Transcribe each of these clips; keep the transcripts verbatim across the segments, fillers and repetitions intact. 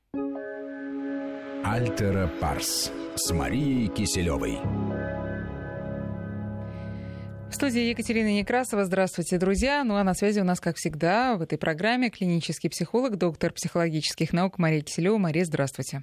Альтера Парс с Марией Киселевой. В студии Екатерина Некрасова. Здравствуйте, друзья. Ну а на связи у нас, как всегда, в этой программе клинический психолог, доктор психологических наук Мария Киселева. Мария, здравствуйте.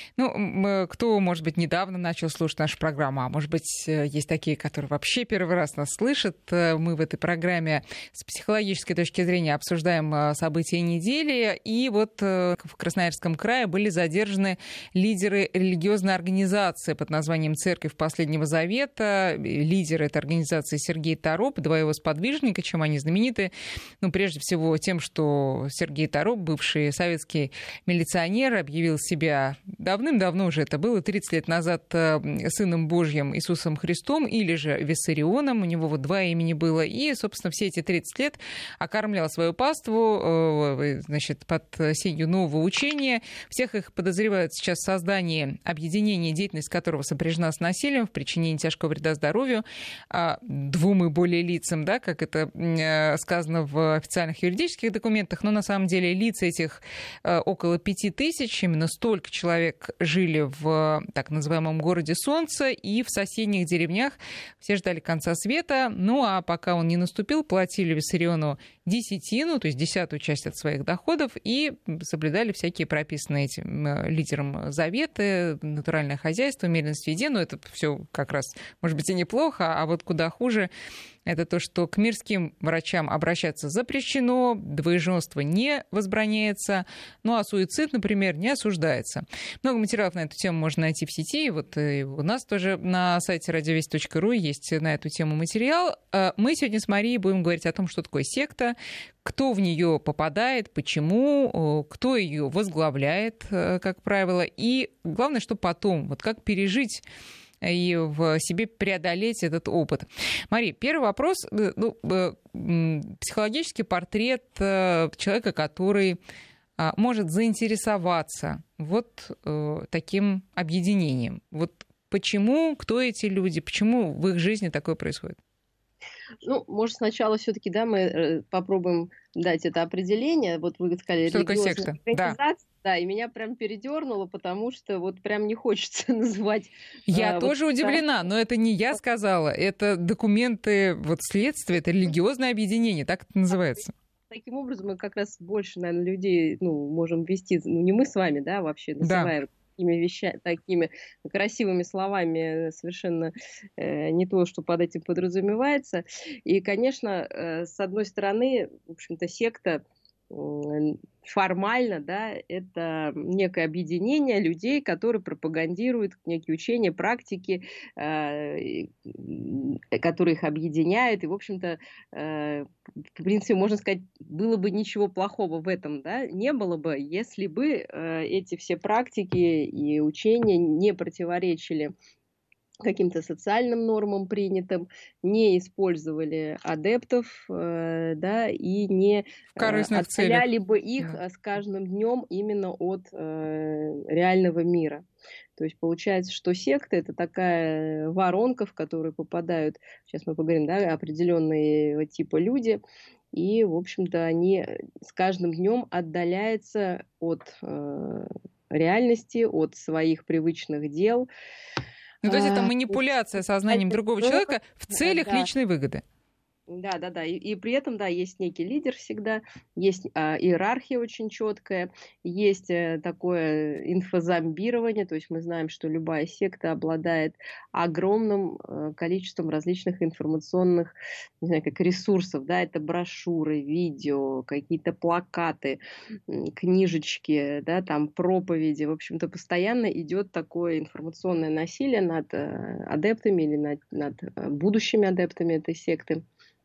Ну, кто, может быть, недавно начал слушать нашу программу, а может быть, есть такие, которые вообще первый раз нас слышат. Мы в этой программе с психологической точки зрения обсуждаем события недели. И вот в Красноярском крае были задержаны лидеры религиозной организации под названием «Церковь Последнего Завета». Лидер этой организации Сергей Сергей Тороп, два его сподвижника. Чем они знамениты? Ну, прежде всего, тем, что Сергей Тороп, бывший советский милиционер, объявил себя давным-давно уже, это было тридцать лет назад, Сыном Божьим Иисусом Христом, или же Виссарионом, у него вот два имени было, и, собственно, все эти тридцать лет окормлял свою паству, значит, под сенью нового учения. Всех их подозревают сейчас в создании объединения, деятельность которого сопряжена с насилием, в причинении тяжкого вреда здоровью, двум и более лицам, да, как это сказано в официальных юридических документах, но на самом деле лиц этих около пяти тысяч, именно столько человек жили в так называемом городе Солнца, и в соседних деревнях все ждали конца света, ну а пока он не наступил, платили Виссариону десятину, то есть десятую часть от своих доходов, и соблюдали всякие прописанные этим лидером заветы, натуральное хозяйство, умеренность в еде, но это все как раз, может быть, и неплохо, а вот куда хуже, это то, что к мирским врачам обращаться запрещено, двоеженство не возбраняется, ну а суицид, например, не осуждается. Много материалов на эту тему можно найти в сети, вот и у нас тоже на сайте радиовесть точка ру есть на эту тему материал. Мы сегодня с Марией будем говорить о том, что такое секта, кто в нее попадает, почему, кто ее возглавляет, как правило, и главное, что потом, вот как пережить и в себе преодолеть этот опыт. Мария, первый вопрос. Ну, психологический портрет человека, который может заинтересоваться вот таким объединением. Вот почему, кто эти люди, почему в их жизни такое происходит? Ну, может, сначала все-таки, да, мы попробуем дать это определение. Вот вы сказали, что такое секта? Да. Да, и меня прям передернуло, потому что вот прям не хочется называть. Я а, тоже вот, удивлена, но это не я сказала, это документы вот следствия, это религиозное объединение, так это называется. Таким образом мы как раз больше, наверное, людей, ну, можем вести, ну, не мы с вами, да, вообще называем. Да. Такими вещами, такими красивыми словами совершенно э, не то, что под этим подразумевается. И, конечно, э, с одной стороны, в общем-то, секта э, формально, да, это некое объединение людей, которые пропагандируют некие учения, практики, э, которые их объединяют. И, в общем-то, э, в принципе, можно сказать, было бы ничего плохого в этом, да, не было бы, если бы э, эти все практики и учения не противоречили каким-то социальным нормам принятым, не использовали адептов, э, да, и не э, отделяли бы их да. с каждым днем именно от э, реального мира. То есть получается, что секта — это такая воронка, в которую попадают, сейчас мы поговорим, да, определенные типа люди, и, в общем-то, они с каждым днем отдаляются от э, реальности, от своих привычных дел. Ну, то есть это манипуляция сознанием другого человека в целях да. личной выгоды. Да, да, да. И, и при этом, да, есть некий лидер всегда, есть а, иерархия очень четкая, есть а, такое инфозомбирование, то есть мы знаем, что любая секта обладает огромным а, количеством различных информационных, не знаю, как ресурсов, да, это брошюры, видео, какие-то плакаты, книжечки, да, там проповеди, в общем-то, постоянно идет такое информационное насилие над а, адептами или над, над а, будущими адептами этой секты.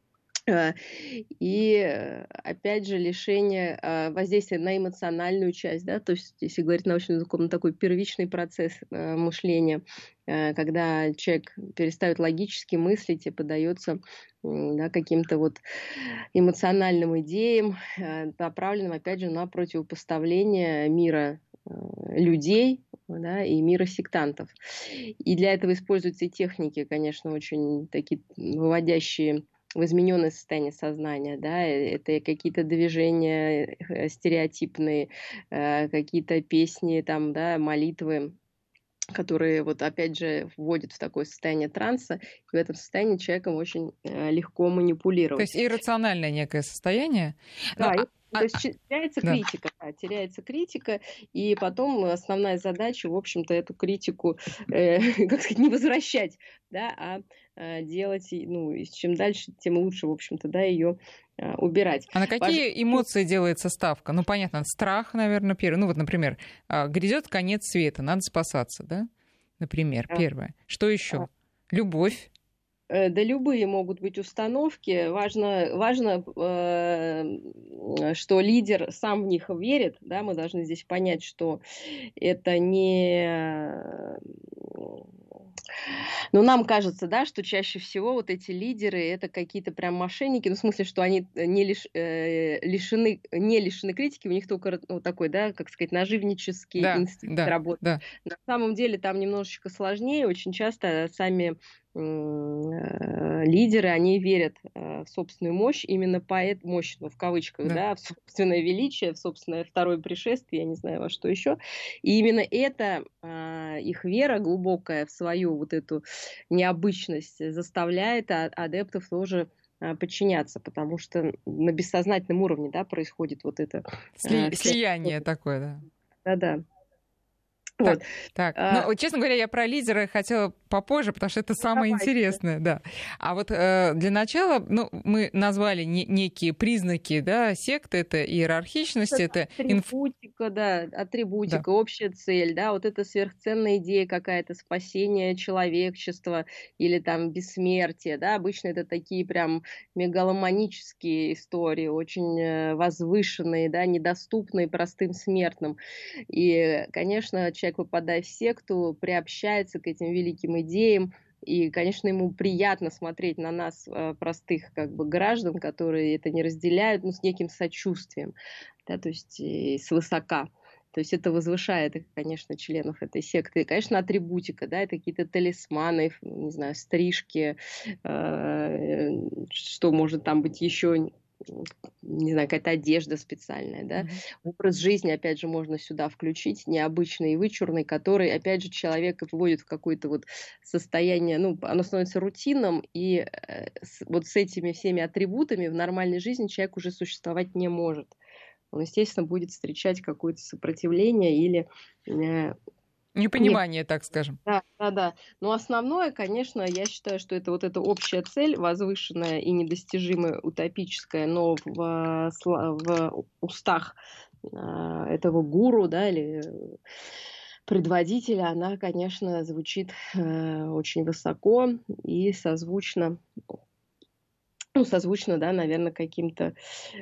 И, опять же, лишение воздействия на эмоциональную часть, да, то есть, если говорить научным языком, такой первичный процесс мышления, когда человек перестает логически мыслить и поддается да, каким-то вот эмоциональным идеям, направленным, опять же, на противопоставление мира людей, да, и мира сектантов. И для этого используются и техники, конечно, очень такие выводящие в измененное состояние сознания, да, это какие-то движения стереотипные, какие-то песни, там, да, молитвы, которые вот опять же вводят в такое состояние транса, и в этом состоянии человеком очень легко манипулировать. То есть иррациональное некое состояние? Да, Но, и, а, то есть теряется да. критика, да, теряется критика, и потом основная задача, в общем-то, эту критику, э, как сказать, не возвращать, да, а э, делать, ну, и чем дальше, тем лучше, в общем-то, да, ее э, убирать. А на какие Важно... эмоции делается ставка? Ну, понятно, страх, наверное, первый. Ну, вот, например, грядет конец света, надо спасаться, да? Например, А, первое. Что еще? а, Любовь. Да любые могут быть установки. Важно, важно э, что лидер сам в них верит. Да? Мы должны здесь понять, что это не... Но нам кажется, да, что чаще всего вот эти лидеры это какие-то прям мошенники, ну, в смысле, что они не лиш, э, лишены, не лишены критики, у них только ну, такой, да, как сказать, наживнический Да, инстинкт да, работает. да. На самом деле там немножечко сложнее, очень часто сами лидеры, они верят в собственную мощь, именно поэтому, мощь, ну, в кавычках, да. Да, в собственное величие, в собственное второе пришествие, я не знаю, во что еще. И именно это, их вера глубокая в свою вот эту необычность заставляет адептов тоже подчиняться, потому что на бессознательном уровне, да, происходит вот это... Сли- слияние такое, да. Да-да. Так, вот. так. А... Ну, честно говоря, я про лидера хотела попозже, потому что это ну, самое давайте. интересное, да. А вот э, для начала, ну, мы назвали не, некие признаки, да, секты, это иерархичность, это... Атрибутика, инф... да, атрибутика, да. Общая цель, да, вот эта сверхценная идея какая-то, спасение человечества или там бессмертие, да, обычно это такие прям мегаломанические истории, очень возвышенные, да, недоступные простым смертным. И, конечно, человек, попадая в секту, приобщается к этим великим идеям, и, конечно, ему приятно смотреть на нас, простых как бы граждан, которые это не разделяют, ну, с неким сочувствием, да, то есть свысока. То есть это возвышает, конечно, членов этой секты. И, конечно, атрибутика, да, это какие-то талисманы, не знаю, стрижки, э, что может там быть еще... не знаю, какая-то одежда специальная, да, mm-hmm. образ жизни, опять же, можно сюда включить, необычный и вычурный, который, опять же, человека вводит в какое-то вот состояние, ну, оно становится рутинным, и э, с, вот с этими всеми атрибутами в нормальной жизни человек уже существовать не может. Он, естественно, будет встречать какое-то сопротивление или... Э, Непонимание, так скажем. Да, да, да. Но основное, конечно, я считаю, что это вот эта общая цель, возвышенная и недостижимая, утопическая, но в, в устах этого гуру, да, или предводителя, она, конечно, звучит очень высоко и созвучно, ну, созвучно, да, наверное, каким-то,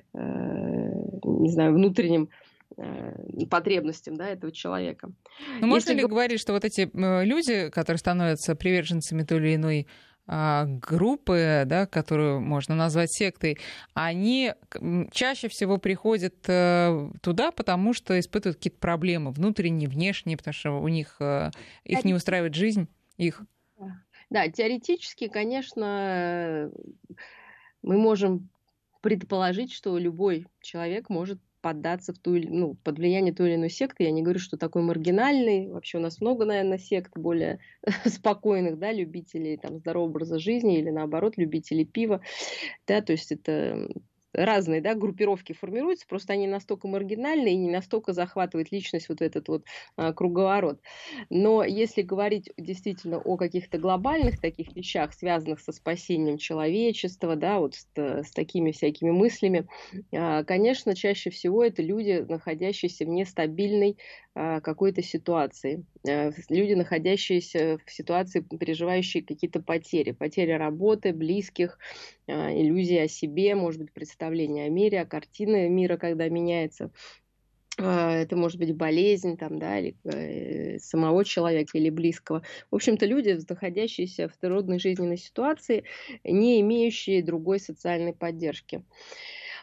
не знаю, внутренним потребностям, да, этого человека. Но можно ли говорить, что вот эти люди, которые становятся приверженцами той или иной а, группы, да, которую можно назвать сектой, они чаще всего приходят а, туда, потому что испытывают какие-то проблемы внутренние, внешние, потому что у них а, их не устраивает жизнь, их. Да, теоретически, конечно, мы можем предположить, что любой человек может поддаться в ту, ну, под влияние той или иной секты. Я не говорю, что такой маргинальный. Вообще у нас много, наверное, сект более спокойных, да, любителей там, здорового образа жизни или, наоборот, любителей пива. Да, то есть это разные, да, группировки формируются, просто они настолько маргинальные и не настолько захватывают личность вот этот вот а, круговорот. Но если говорить действительно о каких-то глобальных таких вещах, связанных со спасением человечества, да, вот с, с такими всякими мыслями, а, конечно, чаще всего это люди, находящиеся в нестабильной а, какой-то ситуации. А, люди, находящиеся в ситуации, переживающие какие-то потери, потери работы, близких, а, иллюзии о себе, может быть, представление о мире, о картине мира, когда меняется. Это может быть болезнь там, да, или э, самого человека или близкого. В общем-то, люди, находящиеся в трудной жизненной ситуации, не имеющие другой социальной поддержки.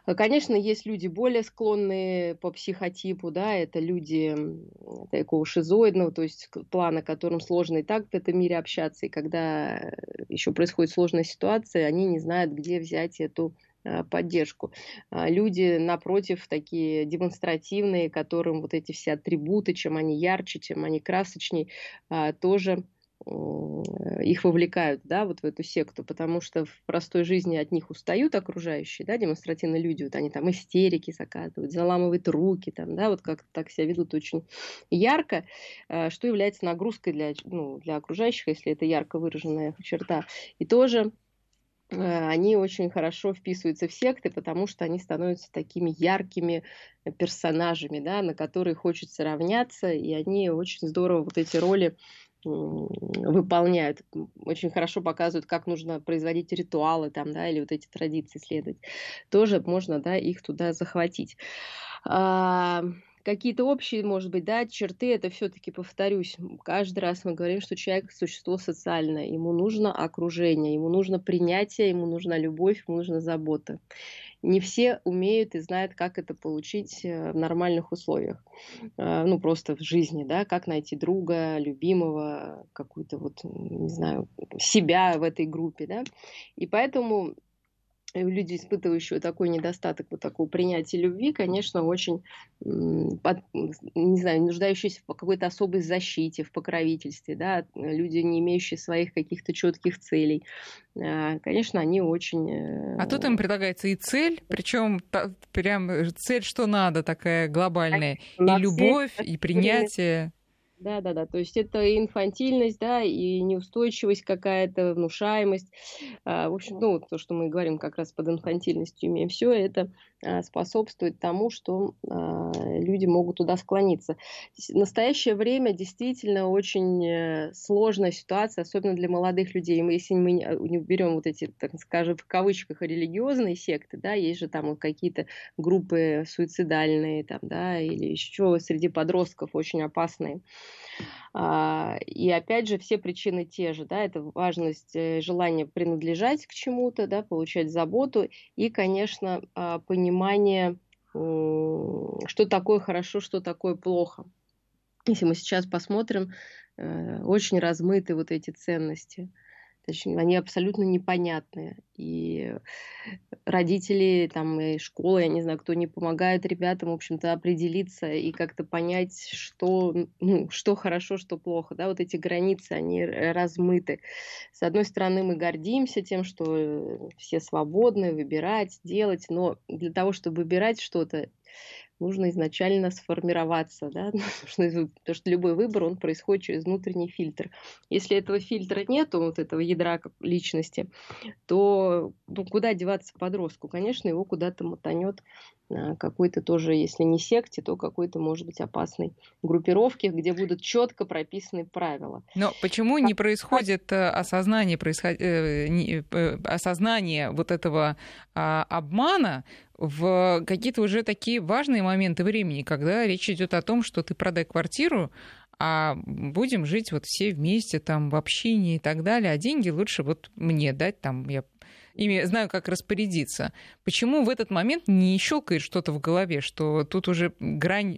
Конечно, есть люди более склонные по психотипу, да, это люди такого шизоидного, то есть плана, которым сложно и так в этом мире общаться, и когда еще происходит сложная ситуация, они не знают, где взять эту поддержку. Люди, напротив, такие демонстративные, которым вот эти все атрибуты, чем они ярче, чем они красочней, тоже их вовлекают, да, вот в эту секту, потому что в простой жизни от них устают окружающие, да, демонстративные люди, вот они там истерики закатывают, заламывают руки, там, да, вот как-то так себя ведут очень ярко, что является нагрузкой для, ну, для окружающих, если это ярко выраженная черта. И тоже они очень хорошо вписываются в секты, потому что они становятся такими яркими персонажами, да, на которые хочется равняться, и они очень здорово вот эти роли выполняют, очень хорошо показывают, как нужно производить ритуалы там, да, или вот эти традиции следовать. Тоже можно, да, их туда захватить. А, какие-то общие, может быть, да, черты, это все-таки, повторюсь, каждый раз мы говорим, что человек – существо социальное, ему нужно окружение, ему нужно принятие, ему нужна любовь, ему нужна забота. Не все умеют и знают, как это получить в нормальных условиях. Ну, просто в жизни, да, как найти друга, любимого, какую-то вот, не знаю, себя в этой группе, да. И поэтому люди, испытывающие такой недостаток вот такого принятия любви, конечно, очень, не знаю, нуждающиеся в какой-то особой защите, в покровительстве, да, люди, не имеющие своих каких-то четких целей, конечно, они очень... А тут им предлагается и цель, причем прям цель, что надо, такая глобальная, и любовь, и принятие. Да, да, да. То есть это и инфантильность, да, и неустойчивость какая-то, внушаемость. В общем, ну, то, что мы говорим как раз под инфантильностью, имеем все это способствует тому, что люди могут туда склониться. В настоящее время действительно очень сложная ситуация, особенно для молодых людей. Мы, если мы не берем вот эти, так скажем, в кавычках, религиозные секты, да, есть же там вот какие-то группы суицидальные, там, да, или еще среди подростков очень опасные. И опять же, все причины те же, да, это важность, желание принадлежать к чему-то, да, получать заботу и, конечно, понимание, что такое хорошо, что такое плохо. Если мы сейчас посмотрим, очень размыты вот эти ценности. Точнее, они абсолютно непонятные. И родители, там, и школа, я не знаю, кто не помогает ребятам, в общем-то, определиться и как-то понять, что, ну, что хорошо, что плохо. Да? Вот эти границы, они размыты. С одной стороны, мы гордимся тем, что все свободны выбирать, делать, но для того, чтобы выбирать что-то, нужно изначально сформироваться, да? Потому что любой выбор, он происходит через внутренний фильтр. Если этого фильтра нету, вот этого ядра личности, то ну, куда деваться подростку? Конечно, его куда-то мотанет какой-то тоже, если не секте, то какой-то, может быть, опасной группировке, где будут четко прописаны правила. Но почему не происходит осознание, происход... осознание вот этого обмана в какие-то уже такие важные моменты времени, когда речь идет о том, что ты продай квартиру, а будем жить вот все вместе там в общине и так далее, а деньги лучше вот мне дать, там я ими знаю, как распорядиться. Почему в этот момент не щелкает что-то в голове, что тут уже грань,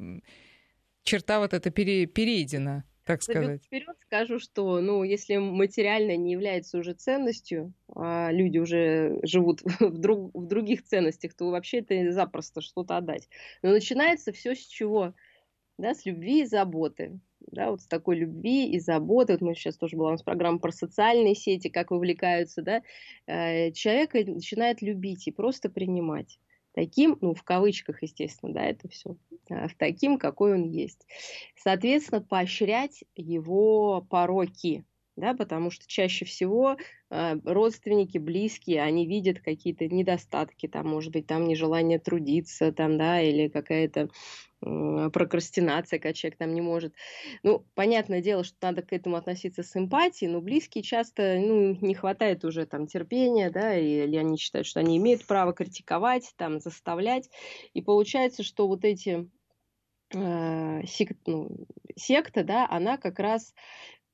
черта вот эта пере, перейдена, так сказать? Вперед скажу, что, ну, если материально не является уже ценностью, а люди уже живут в, друг, в других ценностях, то вообще это запросто что-то отдать. Но начинается все с чего? Да, с любви и заботы. Да, вот с такой любви и заботы. Вот мы сейчас тоже была у нас программа про социальные сети, как вовлекаются, да, человек начинает любить и просто принимать. Таким, ну, в кавычках, естественно, да, это все, в таким, какой он есть. Соответственно, поощрять его пороки, да, потому что чаще всего э, родственники, близкие, они видят какие-то недостатки, там, может быть, там нежелание трудиться, там, да, или какая-то э, прокрастинация, когда человек там не может. Ну, понятное дело, что надо к этому относиться с эмпатией, но близкие часто, ну, не хватает уже там терпения, да, или они считают, что они имеют право критиковать, там, заставлять, и получается, что вот эти э, сект, ну, секта, да, она как раз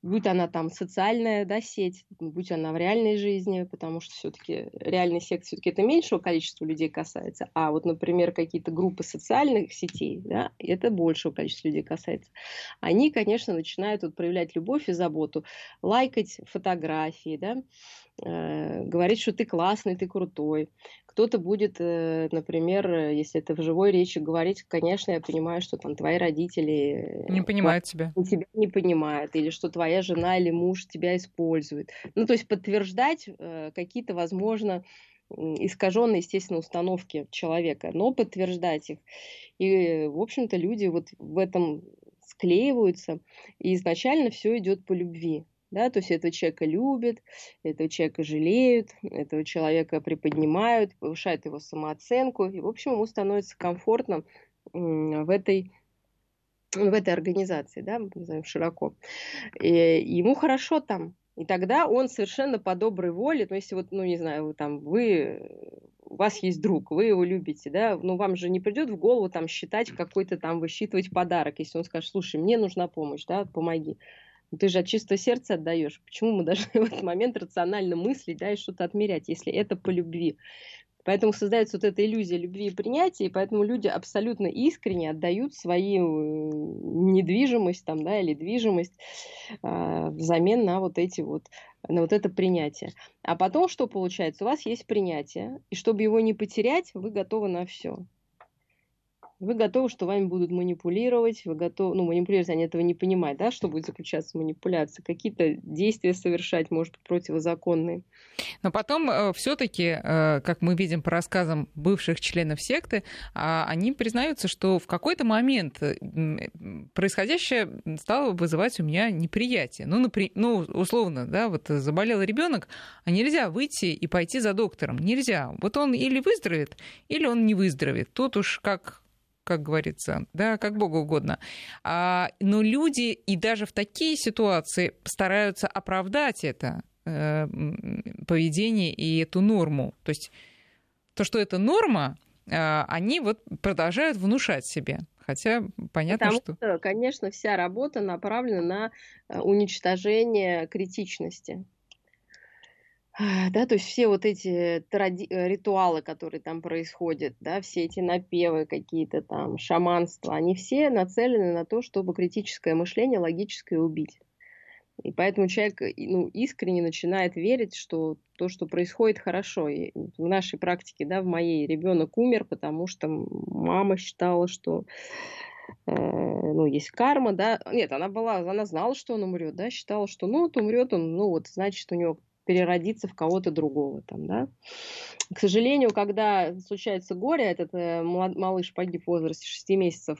будь она там социальная, да, сеть, будь она в реальной жизни, потому что все-таки реальная сеть, все-таки это меньшего количества людей касается, а вот, например, какие-то группы социальных сетей, да, это большего количества людей касается. Они, конечно, начинают вот проявлять любовь и заботу, лайкать фотографии, да, э, говорить, что ты классный, ты крутой. Кто-то будет, например, если это в живой речи говорить, конечно, я понимаю, что там твои родители не понимают тебя. тебя не понимают, или что твоя жена или муж тебя использует. Ну, то есть подтверждать какие-то, возможно, искаженные, естественно, установки человека, но подтверждать их. И, в общем-то, люди вот в этом склеиваются, и изначально все идет по любви. Да, то есть этого человека любят, этого человека жалеют, этого человека приподнимают, повышают его самооценку, и, в общем, ему становится комфортно в этой, в этой организации, да, мы назовем широко. И ему хорошо там. И тогда он совершенно по доброй воле, ну, если вот, ну, не знаю, вы там, вы, у вас есть друг, вы его любите, да, ну, вам же не придет в голову там считать какой-то там, высчитывать подарок, если он скажет, слушай, мне нужна помощь, да, помоги. Ты же от чистого сердца отдаешь. Почему мы должны в этот момент рационально мыслить, да, и что-то отмерять, если это по любви? Поэтому создается вот эта иллюзия любви и принятия, и поэтому люди абсолютно искренне отдают свою недвижимость там, да, или движимость э, взамен на вот эти вот, на вот это принятие. А потом что получается? У вас есть принятие, и чтобы его не потерять, вы готовы на все. Вы готовы, что вами будут манипулировать, вы готовы, ну, манипулировать, они этого не понимают, да, что будет заключаться в манипуляции, какие-то действия совершать, может быть, противозаконные. Но потом э, все-таки, э, как мы видим по рассказам бывших членов секты, э, они признаются, что в какой-то момент э, происходящее стало вызывать у меня неприятие. Ну, напри- ну, условно, да, вот заболел ребенок, а нельзя выйти и пойти за доктором, нельзя. Вот он или выздоровеет, или он не выздоровеет. Тут уж как... как говорится, да, как Богу угодно. А, но люди и даже в такие ситуации стараются оправдать это э, поведение и эту норму. То есть то, что это норма, э, они вот продолжают внушать себе. Хотя понятно, Потому что... что, конечно, вся работа направлена на уничтожение критичности. Да, то есть все вот эти тради... ритуалы, которые там происходят, да, все эти напевы какие-то там, шаманства, они все нацелены на то, чтобы критическое мышление логическое убить. И поэтому человек, ну, искренне начинает верить, что то, что происходит, хорошо. И в нашей практике, да, в моей, ребенок умер, потому что мама считала, что э, ну, есть карма, да. Нет, она была, она знала, что он умрет, да, считала, что ну, вот умрет он, ну, вот, значит, у него переродиться в кого-то другого там, да. К сожалению, когда случается горе, этот э, малыш погиб в возрасте шести месяцев,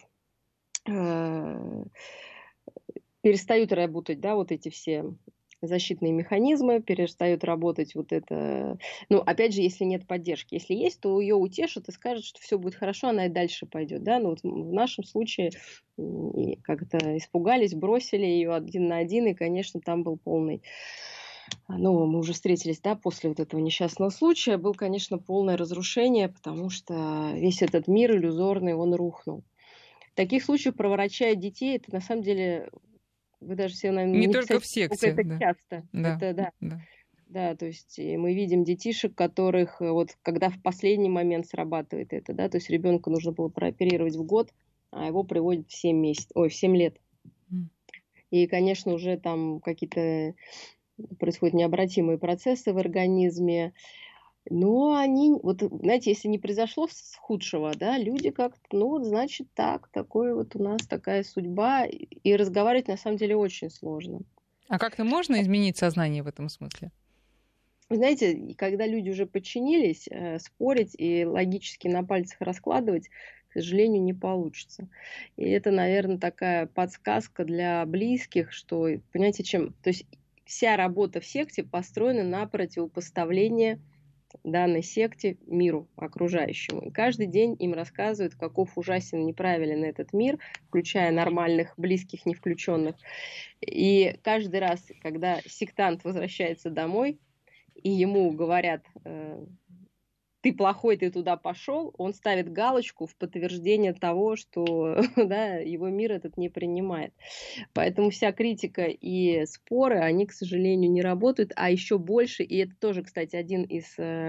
э, перестают работать, да, вот эти все защитные механизмы, перестают работать вот это... Ну, опять же, если нет поддержки. Если есть, то ее утешат и скажут, что все будет хорошо, она и дальше пойдет, да. Но вот в нашем случае как-то испугались, бросили ее один на один, и, конечно, там был полный... Ну, мы уже встретились, да, после вот этого несчастного случая, был, конечно, полное разрушение, потому что весь этот мир иллюзорный, он рухнул. В таких случаях проворачивать детей, это на самом деле, вы даже себе, наверное, не, не только в секте, это да. часто. Да, это, да. Да. Да, то есть мы видим детишек, которых вот когда в последний момент срабатывает это, да, то есть ребенка нужно было прооперировать в год, а его приводят в семь месяцев, ой, в семь лет. Mm. И, конечно, уже там какие-то происходят необратимые процессы в организме, но они, вот, знаете, если не произошло худшего, да, люди как-то, ну, вот, значит, так, такое вот у нас такая судьба, и разговаривать на самом деле очень сложно. А как-то можно изменить сознание в этом смысле? Вы знаете, когда люди уже подчинились, спорить и логически на пальцах раскладывать, к сожалению, не получится. И это, наверное, такая подсказка для близких, что, понимаете, чем... То есть вся работа в секте построена на противопоставлении данной секте миру окружающему. И каждый день им рассказывают, каков ужасен, неправилен этот мир, включая нормальных, близких, не включенных. И каждый раз, когда сектант возвращается домой, и ему говорят, ты плохой, ты туда пошел, он ставит галочку в подтверждение того, что да, его мир этот не принимает. Поэтому вся критика и споры, они, к сожалению, не работают, а еще больше, и это тоже, кстати, один из,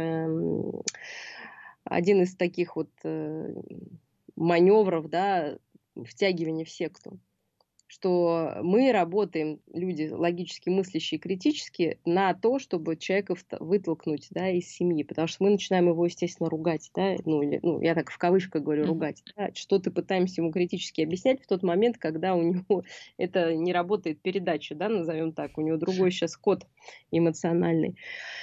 один из таких вот маневров, да, втягивания в секту, что мы работаем, люди логически мыслящие, критически, на то, чтобы человека вытолкнуть, да, из семьи, потому что мы начинаем его, естественно, ругать, да, ну, или, ну я так в кавычках говорю, ругать, да, что-то пытаемся ему критически объяснять в тот момент, когда у него это не работает передача, да, назовем так, у него другой сейчас код эмоциональный.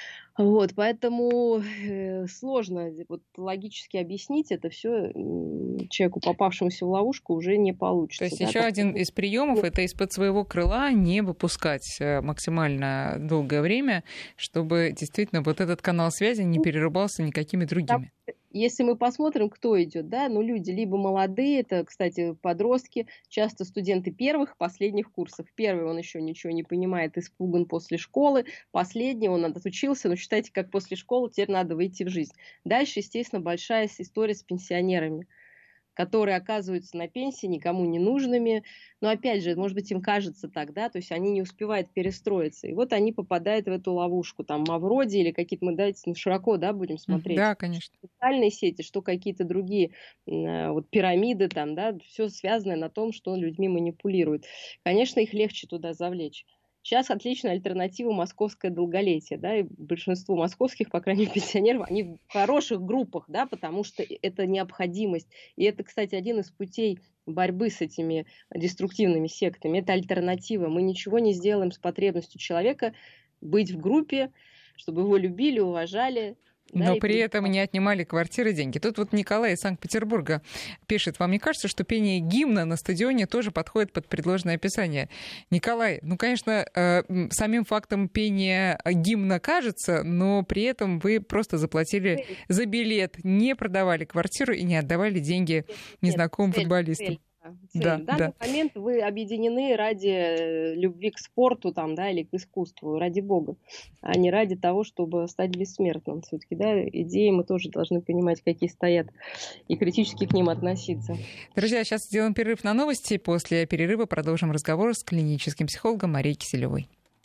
Вот, поэтому э, сложно вот, логически объяснить это все человеку, попавшемуся в ловушку, уже не получится. То есть да, еще так... один из приемов — это из-под своего крыла не выпускать максимально долгое время, чтобы действительно вот этот канал связи не перерубался никакими другими. Если мы посмотрим, кто идет, да, ну, люди либо молодые, это, кстати, подростки, часто студенты первых, последних курсов. Первый, он еще ничего не понимает, испуган после школы. Последний, он отучился, но считайте, как после школы, теперь надо выйти в жизнь. Дальше, естественно, большая история с пенсионерами, которые оказываются на пенсии, никому не нужными. Но опять же, может быть, им кажется так, да, то есть они не успевают перестроиться. И вот они попадают в эту ловушку, там, Мавроди или какие-то, мы давайте широко, да, будем смотреть. Да, конечно. Что социальные сети, что какие-то другие вот пирамиды там, да, все связано на том, что людьми манипулируют. Конечно, их легче туда завлечь. Сейчас отличная альтернатива московское долголетие, да, и большинство московских, по крайней мере, пенсионеров, они в хороших группах, да, потому что это необходимость. И это, кстати, один из путей борьбы с этими деструктивными сектами. Это альтернатива. Мы ничего не сделаем с потребностью человека быть в группе, чтобы его любили, уважали. Но да, при и... этом не отнимали квартиры, деньги. Тут вот Николай из Санкт-Петербурга пишет: вам не кажется, что пение гимна на стадионе тоже подходит под предложенное описание? Николай, ну, конечно, э, самим фактом пения гимна кажется, но при этом вы просто заплатили за билет, не продавали квартиру и не отдавали деньги незнакомым цель, футболистам. Цель. Цель. Да, в данный да. момент вы объединены ради любви к спорту там, да, или к искусству, ради Бога, а не ради того, чтобы стать бессмертным. Все-таки, да, идеи мы тоже должны понимать, какие стоят, и критически к ним относиться. Друзья, сейчас сделаем перерыв на новости. После перерыва продолжим разговор с клиническим психологом Марией Киселевой.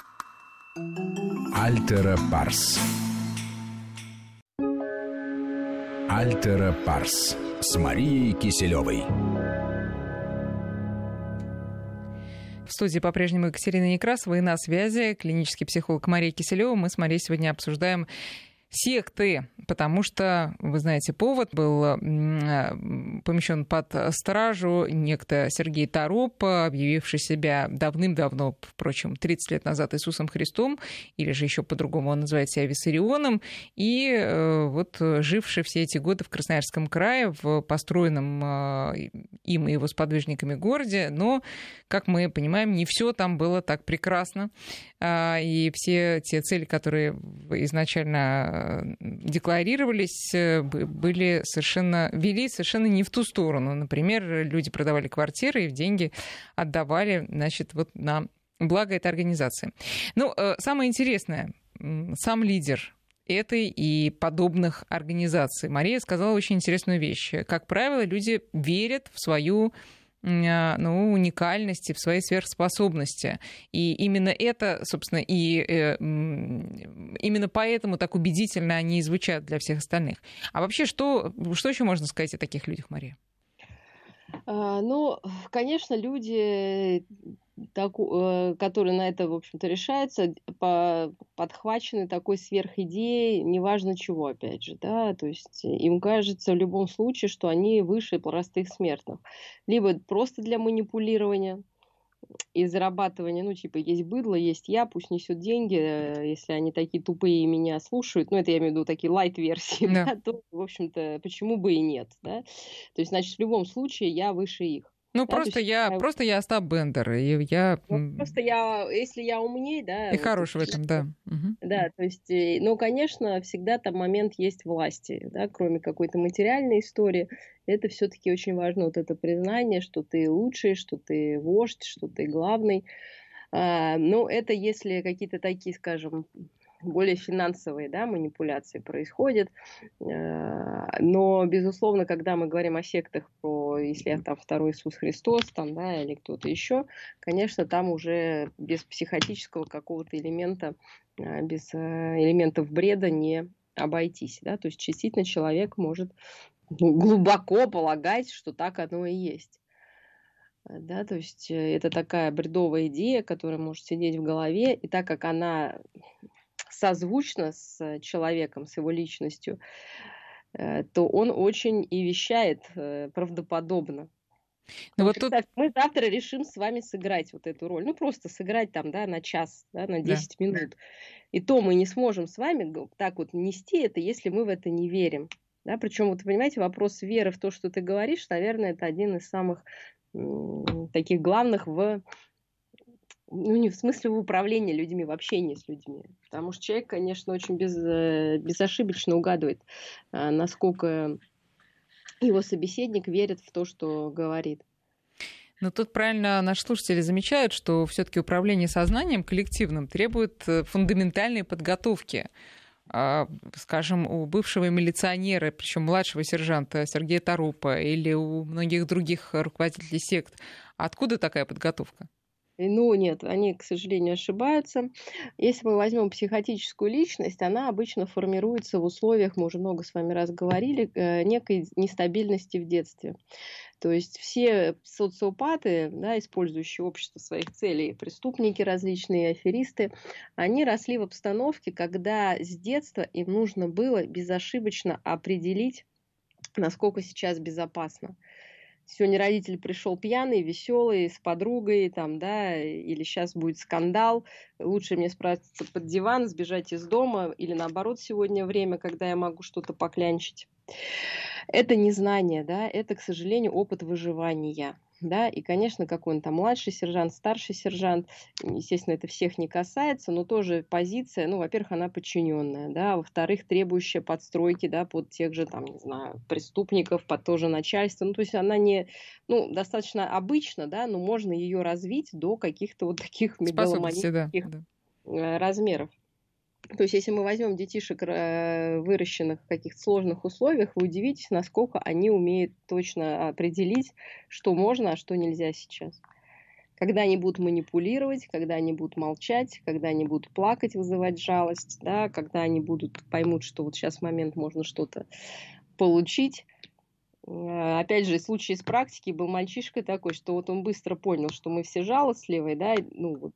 Альтера Парс. Альтера Парс с Марией Киселевой. В студии по-прежнему Екатерина Некрасова, и на связи клинический психолог Мария Киселева. Мы с Марией сегодня обсуждаем секты, потому что, вы знаете, повод был помещен под стражу некто Сергей Тороп, объявивший себя давным-давно, впрочем, тридцать лет назад Иисусом Христом, или же еще по-другому он называет себя Виссарионом, и вот живший все эти годы в Красноярском крае, в построенном им и его сподвижниками городе, но, как мы понимаем, не все там было так прекрасно, и все те цели, которые изначально декларировались, были совершенно, вели совершенно не в ту сторону. Например, люди продавали квартиры и деньги отдавали, значит, вот на благо этой организации. Ну, самое интересное, сам лидер этой и подобных организаций. Мария сказала очень интересную вещь. Как правило, люди верят в свою ну, уникальности, в своей сверхспособности. И именно это, собственно, и э, именно поэтому так убедительно они и звучат для всех остальных. А вообще, что, что еще можно сказать о таких людях, Мария? А, ну, конечно, люди, так, которые на это, в общем-то, решаются, по, подхвачены такой сверхидеей, неважно чего, опять же, да, то есть им кажется в любом случае, что они выше простых смертных. Либо просто для манипулирования и зарабатывания, ну, типа, есть быдло, есть я, пусть несет деньги, если они такие тупые и меня слушают, ну, это я имею в виду такие лайт-версии, да. Да, то, в общем-то, почему бы и нет, да, то есть, значит, в любом случае я выше их. Ну, да, просто, есть, я, я... просто я Остап Бендер, и я... Ну, просто я, если я умней, да... И вот, хорош в этом, да. Да, то есть, ну, конечно, всегда там момент есть власти, да, кроме какой-то материальной истории, это все-таки очень важно, вот это признание, что ты лучший, что ты вождь, что ты главный. А, ну, это если какие-то такие, скажем, более финансовые, да, манипуляции происходят. Но, безусловно, когда мы говорим о сектах, про, если там второй Иисус Христос, там, да, или кто-то еще, конечно, там уже без психотического какого-то элемента, без элементов бреда не обойтись, да, то есть частично человек может глубоко полагать, что так оно и есть. Да, то есть это такая бредовая идея, которая может сидеть в голове, и так как она созвучна с человеком, с его личностью, то он очень и вещает правдоподобно. Ну, вот тут... Мы завтра решим с вами сыграть вот эту роль. Ну, просто сыграть там, да, на час, да, на десять да. минут. И то мы не сможем с вами так вот нести это, если мы в это не верим. Да? Причем, вот, понимаете, вопрос веры в то, что ты говоришь, наверное, это один из самых м- таких главных в... Ну, не в смысле в управлении людьми, в общении с людьми. Потому что человек, конечно, очень без, безошибочно угадывает, насколько его собеседник верит в то, что говорит. Но тут правильно наши слушатели замечают, что все-таки управление сознанием коллективным требует фундаментальной подготовки. Скажем, у бывшего милиционера, причем младшего сержанта Сергея Тарупа, или у многих других руководителей сект. Откуда такая подготовка? Ну, нет, они, к сожалению, ошибаются. Если мы возьмем психотическую личность, она обычно формируется в условиях, мы уже много с вами раз говорили, некой нестабильности в детстве. То есть все социопаты, да, использующие общество своих целей, преступники различные, аферисты, они росли в обстановке, когда с детства им нужно было безошибочно определить, насколько сейчас безопасно. Сегодня родитель пришел пьяный, веселый, с подругой, там, да, или сейчас будет скандал, лучше мне спрятаться под диван, сбежать из дома, или наоборот, сегодня время, когда я могу что-то поклянчить. Это не знание, да, это, к сожалению, опыт выживания. Да, и, конечно, какой он там младший сержант, старший сержант, естественно, это всех не касается, но тоже позиция, ну, во-первых, она подчиненная, да, во-вторых, требующая подстройки, да, под тех же, там, не знаю, преступников, под то же начальство, ну, то есть она не, ну, достаточно обычна, да, но можно ее развить до каких-то вот таких мегаломанических да. размеров. То есть, если мы возьмем детишек, выращенных в каких-то сложных условиях, вы удивитесь, насколько они умеют точно определить, что можно, а что нельзя сейчас. Когда они будут манипулировать, когда они будут молчать, когда они будут плакать, вызывать жалость, да, когда они будут поймут, что вот сейчас момент можно что-то получить. Опять же, случай из практики был мальчишка такой, что вот он быстро понял, что мы все жалостливые, да, ну вот.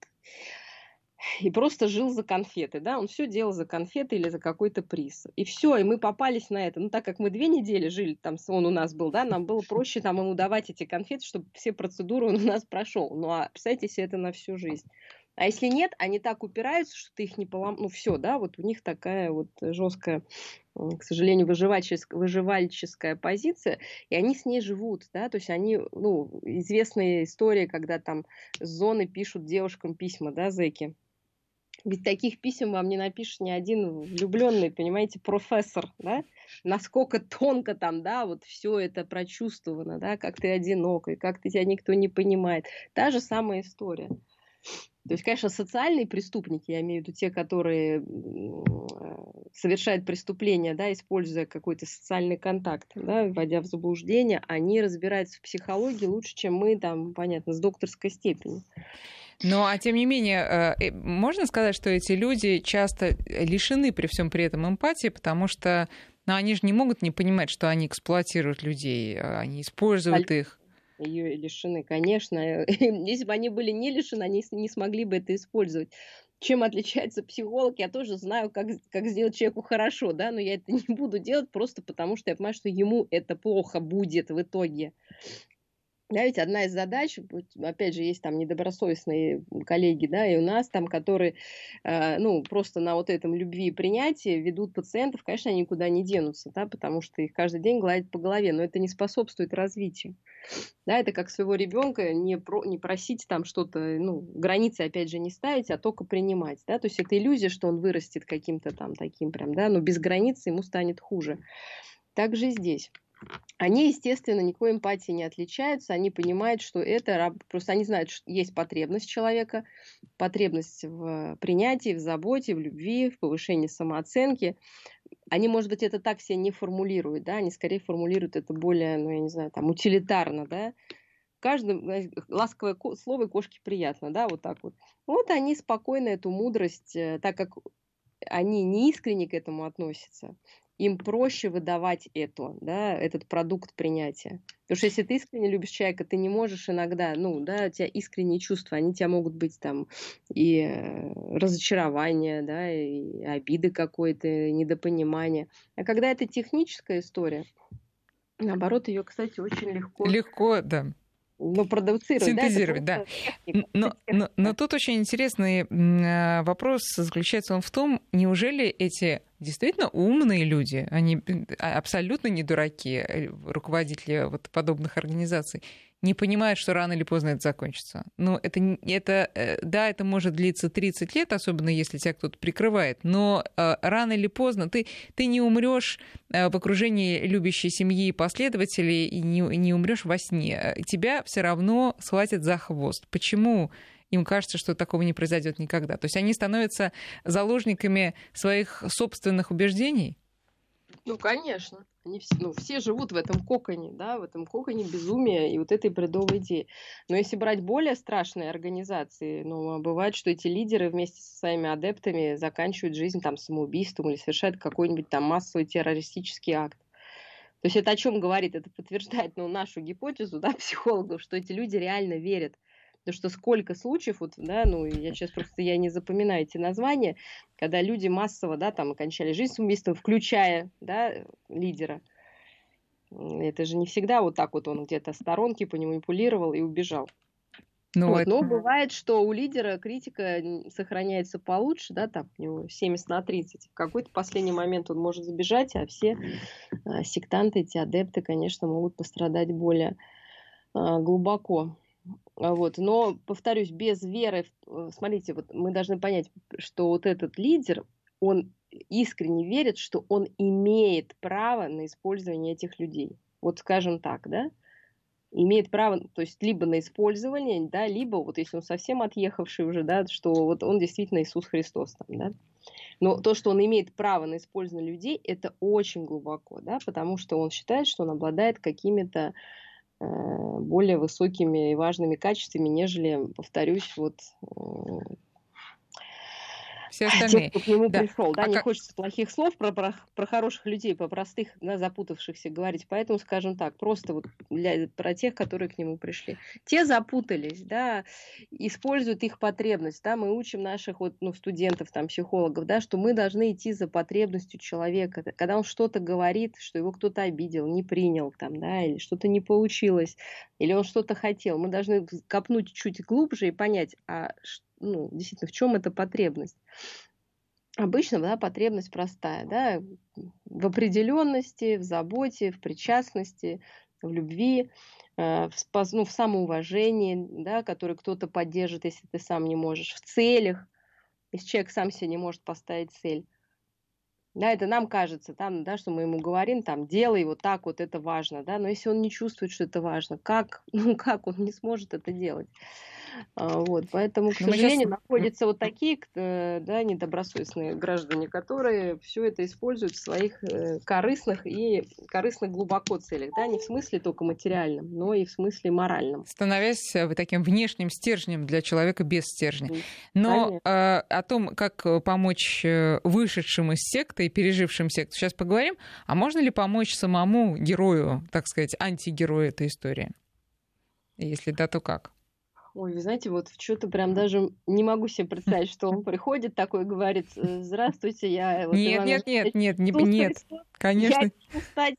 И просто жил за конфеты, да, он все делал за конфеты или за какой-то приз. И все, и мы попались на это. Ну, так как мы две недели жили, там, он у нас был, да, нам было проще там ему давать эти конфеты, чтобы все процедуры он у нас прошел. Ну, а представьте себе это на всю жизнь. А если нет, они так упираются, что ты их не полом... Ну, все, да, вот у них такая вот жесткая, к сожалению, выживальческая, выживальческая позиция, и они с ней живут, да, то есть они, ну, известная история, когда там с зоны пишут девушкам письма, да, зэки. Ведь таких писем вам не напишет ни один влюбленный, понимаете, профессор, да? Насколько тонко там, да, вот все это прочувствовано, да, как ты одинок, и как ты, тебя никто не понимает. Та же самая история. То есть, конечно, социальные преступники, я имею в виду те, которые совершают преступления, да, используя какой-то социальный контакт, да, вводя в заблуждение, они разбираются в психологии лучше, чем мы, там, понятно, с докторской степенью. Ну, а тем не менее, можно сказать, что эти люди часто лишены при всем при этом эмпатии, потому что ну, они же не могут не понимать, что они эксплуатируют людей, они используют их. Ее лишены, конечно. Если бы они были не лишены, они не смогли бы это использовать. Чем отличается психолог, я тоже знаю, как, как сделать человеку хорошо, да, но я это не буду делать просто потому, что я понимаю, что ему это плохо будет в итоге. Да, ведь одна из задач, опять же, есть там недобросовестные коллеги, да, и у нас там, которые, э, ну, просто на вот этом любви и принятии ведут пациентов, конечно, они никуда не денутся, да, потому что их каждый день гладят по голове, но это не способствует развитию. Да, это как своего ребенка не, про, не просить там что-то, ну, границы, опять же, не ставить, а только принимать, да, то есть это иллюзия, что он вырастет каким-то там таким прям, да, но без границ ему станет хуже. Так же и здесь. Они, естественно, никакой эмпатией не отличаются, они понимают, что это, просто они знают, что есть потребность человека, потребность в принятии, в заботе, в любви, в повышении самооценки. Они, может быть, это так себе не формулируют, да, они скорее формулируют это более, ну, я не знаю, там, утилитарно, да. Каждому ласковое слово кошке приятно, да, вот так вот. Вот они спокойно эту мудрость, так как они не искренне к этому относятся, им проще выдавать это, да, этот продукт принятия. Потому что если ты искренне любишь человека, ты не можешь иногда, ну, да, у тебя искренние чувства, они у тебя могут быть там и разочарование, да, и обиды какой-то, и недопонимание. А когда это техническая история, наоборот, ее, кстати, очень легко... Легко, да. Ну, продуцировать, синтезировать, да. да. Но, но, но тут очень интересный вопрос заключается он в том, неужели эти действительно умные люди, они абсолютно не дураки, руководители вот подобных организаций, не понимают, что рано или поздно это закончится. Но это, это, да, это может длиться тридцать лет, особенно если тебя кто-то прикрывает, но рано или поздно ты, ты не умрешь в окружении любящей семьи и последователей, и не, не умрешь во сне. Тебя все равно схватят за хвост. Почему им кажется, что такого не произойдет никогда? То есть они становятся заложниками своих собственных убеждений? Ну, конечно. Они все, ну, все живут в этом коконе, да, в этом коконе безумия и вот этой бредовой идеи. Но если брать более страшные организации, ну, бывает, что эти лидеры вместе со своими адептами заканчивают жизнь там самоубийством или совершают какой-нибудь там массовый террористический акт. То есть это о чем говорит? Это подтверждает, ну, нашу гипотезу, да, психологов, что эти люди реально верят. Потому что сколько случаев, вот, да, ну, я сейчас просто я не запоминаю эти названия, когда люди массово, да, там, окончали жизнь самоубийством, включая, да, лидера. Это же не всегда вот так вот он где-то в сторонке поманипулировал и убежал. Ну, вот, это... Но бывает, что у лидера критика сохраняется получше, да, там у него семьдесят на тридцать. В какой-то последний момент он может забежать, а все а, сектанты, эти адепты, конечно, могут пострадать более а, глубоко. Вот. Но, повторюсь, без веры, смотрите, вот мы должны понять, что вот этот лидер, он искренне верит, что он имеет право на использование этих людей. Вот скажем так, да, имеет право, то есть либо на использование, да, либо вот если он совсем отъехавший уже, да, что вот он действительно Иисус Христос там, да. Но то, что он имеет право на использование людей, это очень глубоко, да, потому что он считает, что он обладает какими-то более высокими и важными качествами, нежели, повторюсь, вот все остальные. Те, кто к нему да. пришел. Да, а не как... хочется плохих слов про, про, про хороших людей, про простых, да, запутавшихся говорить. Поэтому, скажем так, просто вот для, про тех, которые к нему пришли. Те запутались, да, используют их потребность. Да, мы учим наших вот, ну, студентов, там, психологов, да, что мы должны идти за потребностью человека. Когда он что-то говорит, что его кто-то обидел, не принял, там, да, или что-то не получилось, или он что-то хотел, мы должны копнуть чуть глубже и понять, а что, ну, действительно, в чем эта потребность? Обычно, да, потребность простая, да, в определенности, в заботе, в причастности, в любви, э, в, ну, в самоуважении, да, которое кто-то поддержит, если ты сам не можешь, в целях, если человек сам себе не может поставить цель. Да, это нам кажется, там, да, что мы ему говорим, там, делай вот так вот, это важно, да, но если он не чувствует, что это важно, как, ну, как он не сможет это делать? Вот, поэтому, к сожалению, сейчас... находятся вот такие, да, недобросовестные граждане, которые все это используют в своих корыстных и корыстных глубоко целях, да, не в смысле только материальном, но и в смысле моральном. Становясь таким внешним стержнем для человека без стержня. Но э, о том, как помочь вышедшим из секты и пережившим секту, сейчас поговорим. А можно ли помочь самому герою, так сказать, антигерою этой истории? Если да, то как? Ой, вы знаете, вот что-то прям даже не могу себе представить, что он приходит такой, говорит: здравствуйте, я... Вот, нет, Иван, нет, нет, нет, нет, нет, конечно. Я решил стать,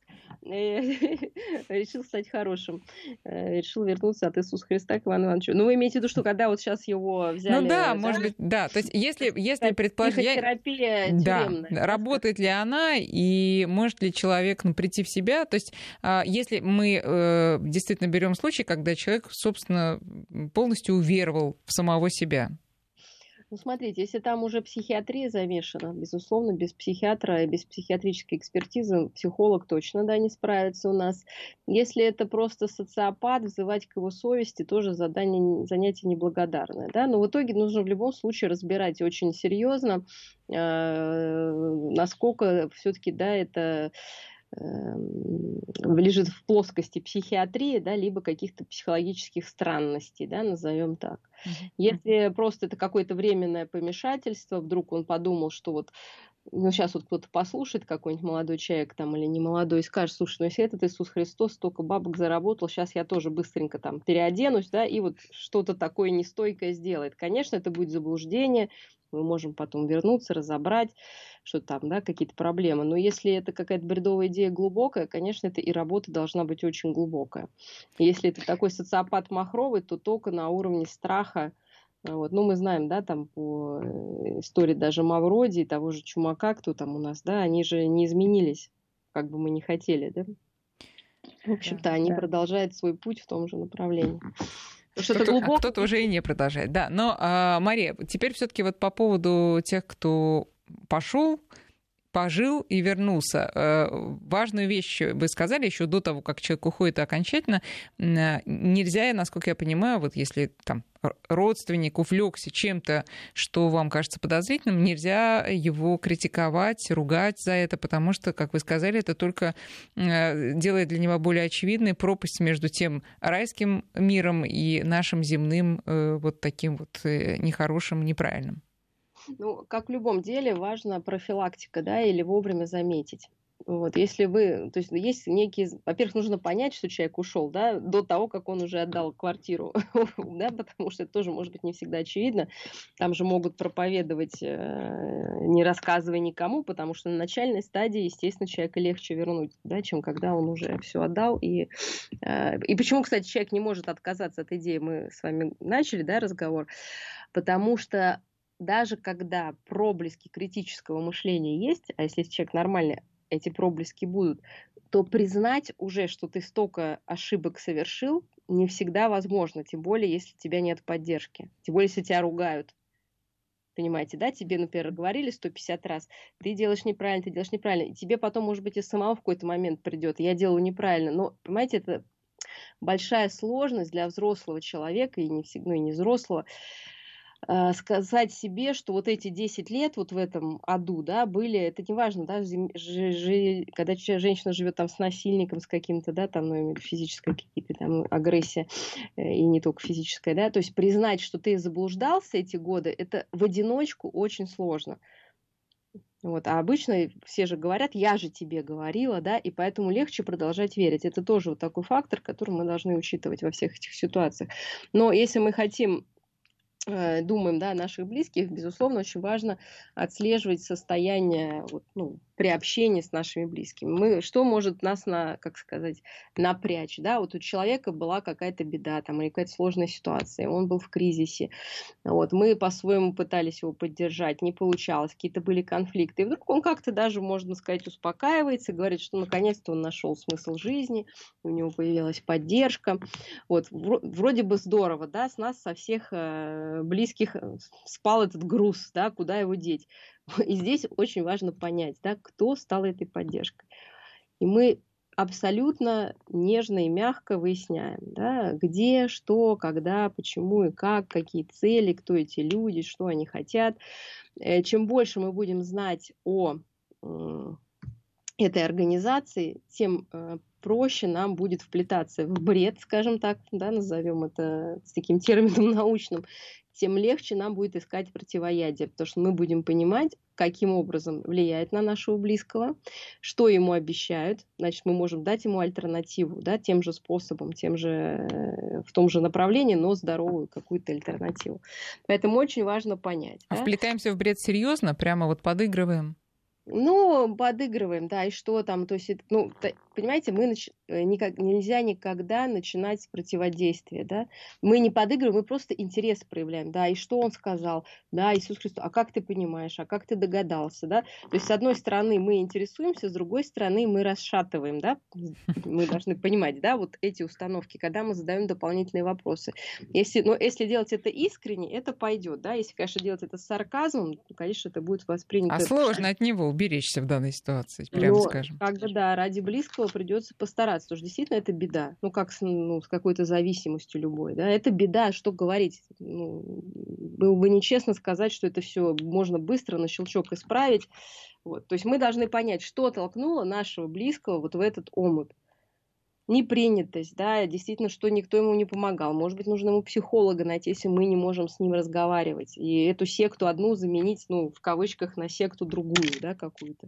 решил стать хорошим, решил вернуться от Иисуса Христа к Ивану Ивановичу. Ну, вы имеете в виду, что когда вот сейчас его взяли... Ну да, да? может быть, да. То есть если, если предположить... Психотерапия тюремная. Да, работает ли она, и может ли человек, ну, прийти в себя? То есть если мы э, действительно берем случай, когда человек, собственно, полностью уверовал в самого себя. Ну, смотрите, если там уже психиатрия замешана, безусловно, без психиатра и без психиатрической экспертизы психолог точно, да, не справится у нас. Если это просто социопат, взывать к его совести тоже задание, занятие неблагодарное, да, но в итоге нужно в любом случае разбирать очень серьезно, э, насколько все-таки, да, это лежит в плоскости психиатрии, да, либо каких-то психологических странностей, да, назовем так. Uh-huh. Если просто это какое-то временное помешательство, вдруг он подумал, что вот, ну, сейчас вот кто-то послушает, какой-нибудь молодой человек там или не молодой, и скажет, слушай, ну, если этот Иисус Христос столько бабок заработал, сейчас я тоже быстренько там переоденусь, да, и вот что-то такое нестойкое сделает. Конечно, это будет заблуждение, мы можем потом вернуться, разобрать, что там, да, какие-то проблемы. Но если это какая-то бредовая идея глубокая, конечно, это и работа должна быть очень глубокая. Если это такой социопат махровый, то только на уровне страха. Вот. Ну, мы знаем, да, там по истории даже Мавроди, того же Чумака, кто там у нас, да, они же не изменились, как бы мы ни хотели, да. В общем-то, да, они да. продолжают свой путь в том же направлении. Кто-то, глубоко... а кто-то уже и не продолжает. Да, но, а, Мария, теперь все-таки вот по поводу тех, кто пошел, пожил и вернулся. Важную вещь вы сказали еще до того, как человек уходит окончательно. Нельзя, насколько я понимаю, вот если там родственник увлекся чем-то, что вам кажется подозрительным, нельзя его критиковать, ругать за это, потому что, как вы сказали, это только делает для него более очевидной пропасть между тем райским миром и нашим земным вот таким вот нехорошим, неправильным. Ну, как в любом деле, важна профилактика, да, или вовремя заметить. Вот, если вы, то есть есть некие, во-первых, нужно понять, что человек ушел, да, до того, как он уже отдал квартиру, да, потому что это тоже может быть не всегда очевидно. Там же могут проповедовать, не рассказывая никому, потому что на начальной стадии, естественно, человека легче вернуть, да, чем когда он уже все отдал. И, и почему, кстати, человек не может отказаться от идеи, мы с вами начали, да, разговор, потому что даже когда проблески критического мышления есть, а если человек нормальный, эти проблески будут, то признать уже, что ты столько ошибок совершил, не всегда возможно, тем более, если у тебя нет поддержки, тем более, если тебя ругают. Понимаете, да, тебе, например, говорили сто пятьдесят раз, ты делаешь неправильно, ты делаешь неправильно, и тебе потом, может быть, и самого в какой-то момент придет, я делаю неправильно, но, понимаете, это большая сложность для взрослого человека, и не всегда, ну, и не взрослого, сказать себе, что вот эти десять лет вот в этом аду, да, были, это не важно, да, ж, ж, когда женщина живет там с насильником, с каким-то, да, там, ну, физической какие-то там агрессия, и не только физическая, да, то есть признать, что ты заблуждался эти годы, это в одиночку очень сложно. Вот, а обычно все же говорят, я же тебе говорила, да, и поэтому легче продолжать верить. Это тоже вот такой фактор, который мы должны учитывать во всех этих ситуациях. Но если мы хотим думаем, да, о наших близких, безусловно, очень важно отслеживать состояние вот, ну, при общении с нашими близкими. Мы, что может нас, на, как сказать, напрячь? Да? Вот у человека была какая-то беда там, или какая-то сложная ситуация, он был в кризисе. Вот, мы по-своему пытались его поддержать, не получалось, какие-то были конфликты. И вдруг он как-то даже, можно сказать, успокаивается, говорит, что наконец-то он нашел смысл жизни, у него появилась поддержка. Вот, вроде бы здорово, да, с нас со всех близких спал этот груз, да, куда его деть. И здесь очень важно понять, да, кто стал этой поддержкой. И мы абсолютно нежно и мягко выясняем, да, где, что, когда, почему и как, какие цели, кто эти люди, что они хотят. Чем больше мы будем знать о этой организации, тем проще нам будет вплетаться в бред, скажем так, да, назовем это с таким термином научным, тем легче нам будет искать противоядие, потому что мы будем понимать, каким образом влияет на нашего близкого, что ему обещают, значит, мы можем дать ему альтернативу, да, тем же способом, тем же, в том же направлении, но здоровую какую-то альтернативу. Поэтому очень важно понять. А да? Вплетаемся в бред серьезно, прямо вот подыгрываем? Ну, подыгрываем, да, и что там, то есть, ну, понимаете, мы нач... никак... нельзя никогда начинать с противодействия, да, мы не подыгрываем, мы просто интерес проявляем, да, и что он сказал, да, Иисус Христос, а как ты понимаешь, а как ты догадался, да, то есть, с одной стороны, мы интересуемся, с другой стороны, мы расшатываем, да, мы должны понимать, да, вот эти установки, когда мы задаем дополнительные вопросы, если, но если делать это искренне, это пойдет, да, если, конечно, делать это с сарказмом, то, конечно, это будет воспринято. А сложно от него уберечься в данной ситуации, прямо но, скажем. Как бы, да, ради близкого придется постараться, потому что действительно это беда, ну, как с, ну, с какой-то зависимостью любой, да, это беда, что говорить, ну, было бы нечестно сказать, что это все можно быстро на щелчок исправить, вот, то есть мы должны понять, что толкнуло нашего близкого вот в этот омут. Непринятость, да, действительно, что никто ему не помогал. Может быть, нужно ему психолога найти, если мы не можем с ним разговаривать. И эту секту одну заменить, ну, в кавычках, на секту другую, да, какую-то.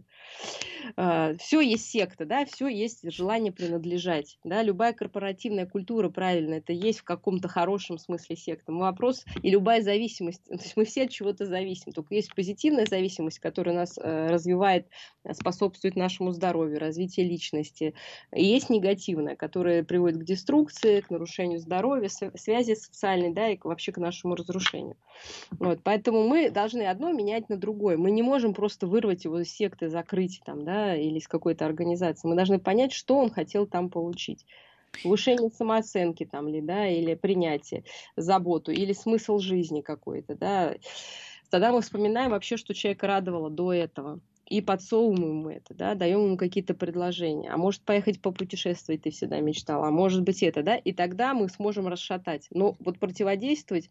Uh, все есть секта, да, все есть желание принадлежать, да, любая корпоративная культура, правильно, это есть в каком-то хорошем смысле секта. Вопрос, и любая зависимость, то есть мы все от чего-то зависим, только есть позитивная зависимость, которая нас uh, развивает, способствует нашему здоровью, развитию личности, и есть негативная, которая приводит к деструкции, к нарушению здоровья, связи социальной, да, и вообще к нашему разрушению. Вот, поэтому мы должны одно менять на другое. Мы не можем просто вырвать его из секты, закрыть там, да, или из какой-то организации. Мы должны понять, что он хотел там получить. Повышение самооценки там, ли, да, или принятие, заботу, или смысл жизни какой-то. Да. Тогда мы вспоминаем вообще, что человека радовало до этого. И подсовываем ему это, да, даем ему какие-то предложения. А может, поехать попутешествовать ты всегда мечтал, а может быть это, да, и тогда мы сможем расшатать. Но вот противодействовать,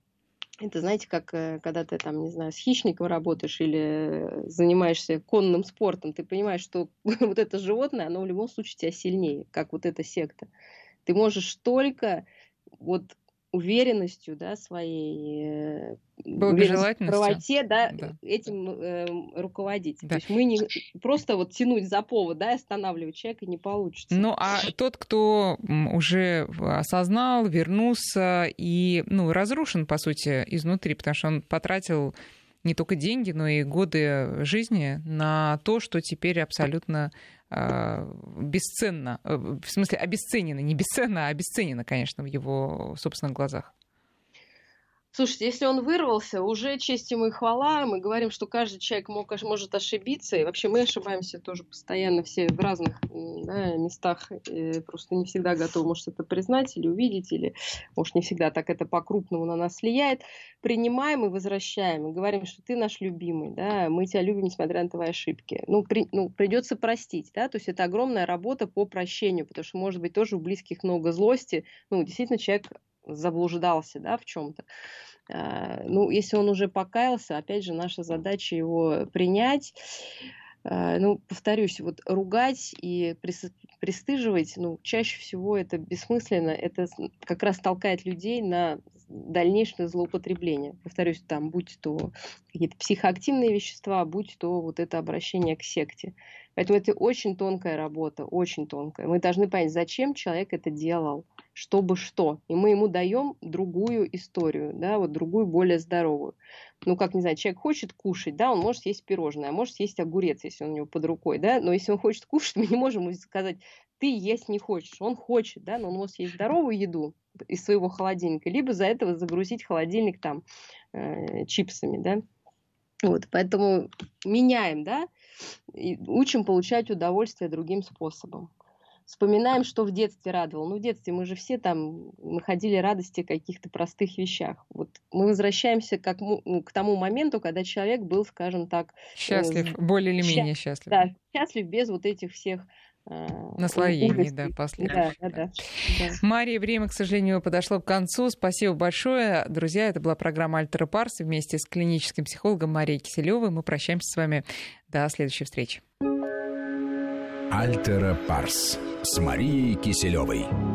это, знаете, как когда ты там, не знаю, с хищником работаешь или занимаешься конным спортом, ты понимаешь, что вот это животное, оно в любом случае тебя сильнее, как вот эта секта. Ты можешь только вот уверенностью, да, своей, уверенностью в правоте, да, да, этим э, руководить. Да. То есть мы не просто вот тянуть за повод, да, и останавливать человека не получится. Ну, а тот, кто уже осознал, вернулся и, ну, разрушен, по сути, изнутри, потому что он потратил не только деньги, но и годы жизни на то, что теперь абсолютно э, бесценно, э, в смысле обесценено, не бесценно, а обесценено, конечно, в его собственных глазах. Слушайте, если он вырвался, уже честь ему и хвала. Мы говорим, что каждый человек мог, может ошибиться. И вообще мы ошибаемся тоже постоянно все в разных, да, местах. И просто не всегда готовы, может, это признать или увидеть, или, может, не всегда так это по-крупному на нас влияет. Принимаем и возвращаем. И говорим, что ты наш любимый, да, мы тебя любим, несмотря на твои ошибки. Ну, при, ну, придется простить, да, то есть это огромная работа по прощению, потому что, может быть, тоже у близких много злости. Ну, действительно, человек заблуждался, да, в чем-то. Ну, если он уже покаялся, опять же, наша задача его принять. Ну, повторюсь, вот ругать и пристыживать, ну, чаще всего это бессмысленно, это как раз толкает людей на дальнейшее злоупотребление. Повторюсь, там, будь то какие-то психоактивные вещества, будь то вот это обращение к секте. Поэтому это очень тонкая работа, очень тонкая. Мы должны понять, зачем человек это делал, чтобы что. И мы ему даем другую историю, да, вот другую, более здоровую. Ну, как, не знаю, человек хочет кушать, да, он может съесть пирожное, а может съесть огурец, если он у него под рукой, да, но если он хочет кушать, мы не можем ему сказать, ты есть не хочешь. Он хочет, да, но он может съесть здоровую еду из своего холодильника, либо за этого загрузить холодильник там э, чипсами, да. Вот, поэтому меняем, да, и учим получать удовольствие другим способом. Вспоминаем, что в детстве радовало. Ну, в детстве мы же все там находили радости в каких-то простых вещах. Вот мы возвращаемся как, ну, к тому моменту, когда человек был, скажем так... Счастлив, э, более или менее счастлив. Да, счастлив без вот этих всех... наслоений, да, последующих. Да, да, да. Мария, время, к сожалению, подошло к концу. Спасибо большое. Друзья, это была программа «Альтера Парс» вместе с клиническим психологом Марией Киселевой. Мы прощаемся с вами. До следующей встречи. «Альтера Парс» с Марией Киселевой.